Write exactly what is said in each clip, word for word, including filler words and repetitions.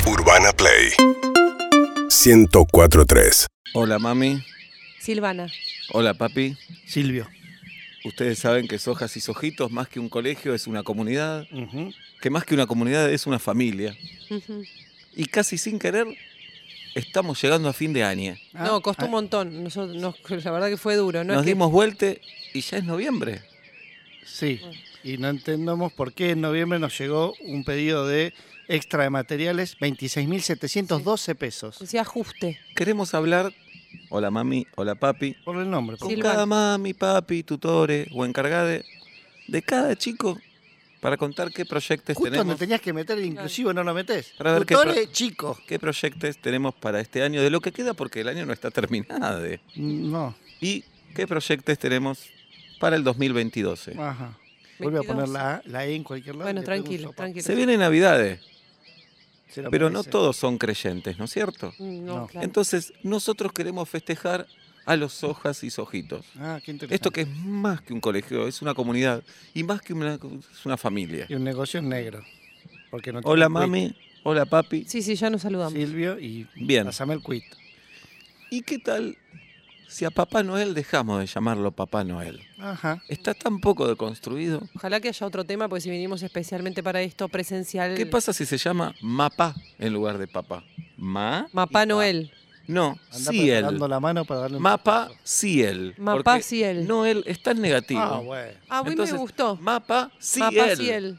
Urbana Play ciento cuatro punto tres. Hola, mami. Silvana. Hola, papi. Silvio. Ustedes saben que Sojas y Sojitos, más que un colegio, es una comunidad. Uh-huh. Que más que una comunidad es una familia. Uh-huh. Y casi sin querer, estamos llegando a fin de año. Ah, no, costó ah. un montón. Nosotros, nos, la verdad que fue duro. No Nos es que... dimos vuelta y ya es noviembre. Sí, y no entendemos por qué en noviembre nos llegó un pedido de extra de materiales, veintiséis mil setecientos doce pesos. Decía ajuste. Queremos hablar, hola mami, hola papi, Por el nombre. con por- Silvana. cada mami, papi, tutore o encargade de cada chico para contar qué proyectos Justo tenemos. donde tenías que meter el inclusivo no lo metés. Para ver qué Tutore, pro- chico. ¿Qué proyectos tenemos para este año? De lo que queda, porque el año no está terminado. No, ¿Y qué proyectos tenemos para el dos mil veintidós? ajá. Vuelve a veintidós. poner la, A- la E en cualquier lado. Bueno, y le pego un tranquilo, sopapo. tranquilo. Se vienen Navidades, Se lo pero no merece. todos son creyentes, ¿no es cierto? Mm, No, No. claro. Entonces, nosotros queremos festejar a los Sojas y Sojitos. Ah, qué interesante. Esto que es más que un colegio, es una comunidad y más que una, es una familia. Y un negocio en negro. Porque no Hola tiene mami, hola papi. Sí, sí, ya nos quit. saludamos. Silvio y Bien. pasame el quit. ¿Y qué tal si a Papá Noel dejamos de llamarlo Papá Noel? Ajá. Está tan poco deconstruido. Ojalá que haya otro tema, porque si vinimos especialmente para esto presencial. ¿Qué pasa si se llama Mapá en lugar de Papá? ¿Ma? Mapá y pa. Noel. No, Anda sí él. preparando la mano para darle un Mapa, sopapo. sí él. Mapá, Porque sí él. Noel es tan negativo. Ah, bueno. Ah, a mí Entonces, me gustó. Mapa, sí Mapá, él. sí él.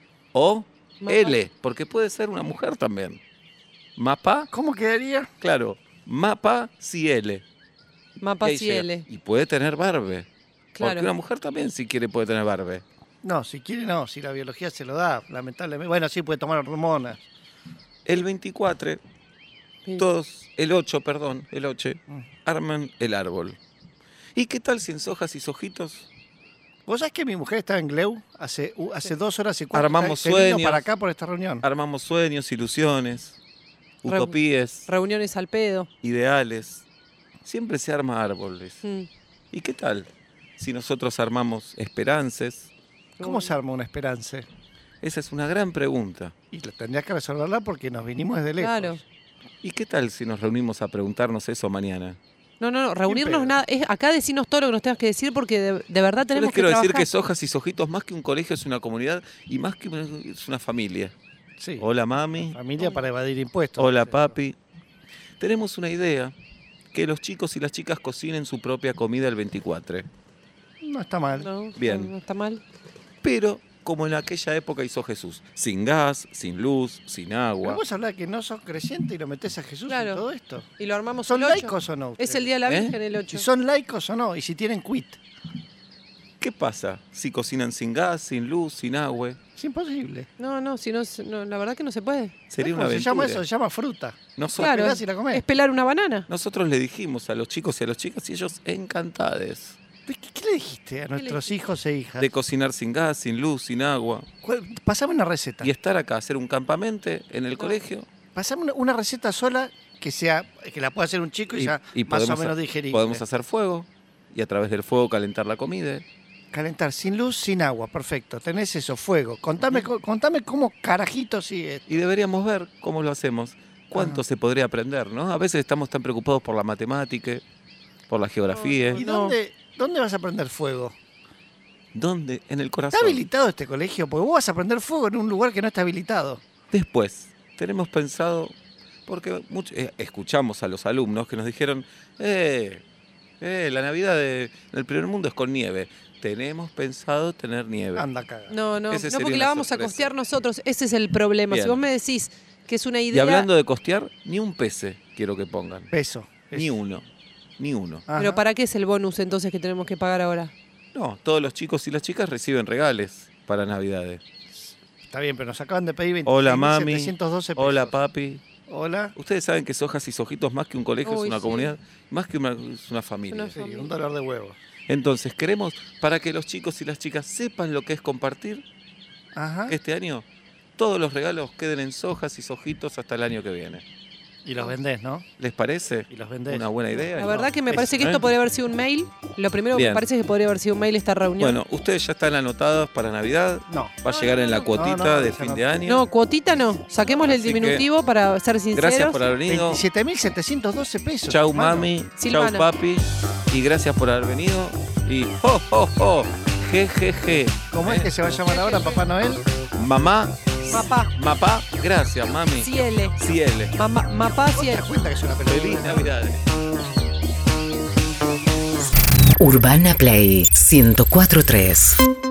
O Mapá. L, porque puede ser una mujer también. Mapa, ¿Cómo quedaría? claro. Mapa, sí L. Mapá, Y ahí sí llega. él. Y puede tener barbe. Porque Claro. una mujer también, si quiere, puede tener barbe. No, si quiere no, si la biología se lo da, lamentablemente. Bueno, sí puede tomar hormonas. El veinticuatro, Sí. todos, el ocho, perdón, el ocho, Mm. arman el árbol. ¿Y qué tal si en Sojas y Sojitos ¿Vos sabés que mi mujer estaba en Gleu hace, uh, hace dos horas y cuatro? Armamos se vino sueños. para acá por esta reunión. armamos sueños, ilusiones, Re- utopías, Reuniones al pedo. ideales? Siempre se arma árboles. Mm. ¿Y qué tal si nosotros armamos esperanzas? ¿Cómo se arma una esperanza? Esa es una gran pregunta. Y la tendrías que resolverla porque nos vinimos desde lejos. Claro. ¿Y qué tal si nos reunimos a preguntarnos eso mañana? No, no, no, reunirnos pedo. nada. Es, acá decirnos todo lo que nos tengas que decir porque de, de verdad Yo tenemos les quiero que decir trabajar. que Sojas y Sojitos, más que un colegio, es una comunidad y más que una, es una familia. Sí. Hola, mami. Familia para evadir impuestos. Hola, Sí. papi. Tenemos una idea, que los chicos y las chicas cocinen su propia comida el veinticuatro. No está mal. No, Bien. no, no está mal. Pero, como en aquella época hizo Jesús, sin gas, sin luz, sin Pero agua. vos hablás que no sos creyente y lo metés a Jesús Claro. en todo esto. Y lo armamos ¿Son el ocho. laicos o no? Es el Día de la ¿Eh? Virgen el ocho. Si son laicos o no, y si tienen quit. ¿Qué pasa si cocinan sin gas, sin luz, sin agua? Es imposible. No, no, si no, se- no, la verdad que no se puede. Sería ¿Cómo una se aventura. llama eso? Se llama fruta. Nosotros, Claro, pelás y la comés. es pelar una banana. nosotros le dijimos a los chicos y a las chicas y ellos encantados ¿Qué, qué le dijiste a nuestros le hijos e hijas? de cocinar sin gas, sin luz, sin agua ¿Cuál- Pasame una receta. y estar acá, hacer un campamento en el colegio. Pasame una, una receta sola que sea que la pueda hacer un chico y, ya más o podemos, menos ha- digerible. podemos hacer fuego y a través del fuego calentar la comida. Calentar sin luz, sin agua. Perfecto. Tenés eso, fuego. Contame, co- contame cómo carajito sigue. Y deberíamos ver cómo lo hacemos, cuánto Ajá. se podría aprender, ¿no? A veces estamos tan preocupados por la matemática, por la geografía. ¿Y No. dónde, dónde vas a prender fuego? ¿Dónde? En el ¿Está corazón. habilitado este colegio? Porque vos vas a prender fuego en un lugar que no está habilitado. Después, tenemos pensado, porque mucho- eh, escuchamos a los alumnos que nos dijeron, eh, eh, la Navidad de- del primer mundo es con nieve. Tenemos pensado tener nieve. Anda, caga. No, no, Ese no sería porque una la vamos sorpresa. a costear nosotros. Ese es el problema. Bien. Si vos me decís que es una Y idea. hablando de costear, ni un pese quiero que pongan. Peso. Ni Es- uno. Ni uno. Ajá. Pero ¿para qué es el bonus entonces que tenemos que pagar ahora? No, todos los chicos y las chicas reciben regales para Navidades. Está bien, pero nos acaban de pedir Hola, veintiséis mil mami. setecientos doce pesos. Hola, papi. Hola. Ustedes saben que Sojas y Sojitos, más que un colegio, Uy, es una sí. comunidad, más que una, es una familia. Una- Sí, un dolor de huevos. Entonces, queremos, para que los chicos y las chicas sepan lo que es compartir, Ajá. este año todos los regalos queden en Sojas y Sojitos hasta el año que viene. Y los vendés, ¿no? ¿Les parece? Y los vendés. Una buena idea. La ¿no? verdad que me es parece que esto excelente. podría haber sido un mail. Lo primero que Bien. me parece que podría haber sido un mail esta reunión. Bueno, ustedes ya están anotados para Navidad. No. Va a llegar en la cuotita No, no, de esa fin no. de año. No, cuotita no. Saquémosle el Así que, diminutivo para ser sinceros. Gracias por haber venido. veintisiete mil setecientos doce pesos. Chau, hermano. mami. Silvana. Chau, papi. Y gracias por haber venido. Y ho, ho, ho. Je, je, je. ¿Cómo es que se va a llamar ahora Papá Noel? Mamá. Papá. Mapá. Gracias, mami. Ciele. Ciele. Mamá, mapá, ¿Te ciele. das cuenta que es una pelota? Feliz Navidad. Urbana Play ciento cuatro punto tres.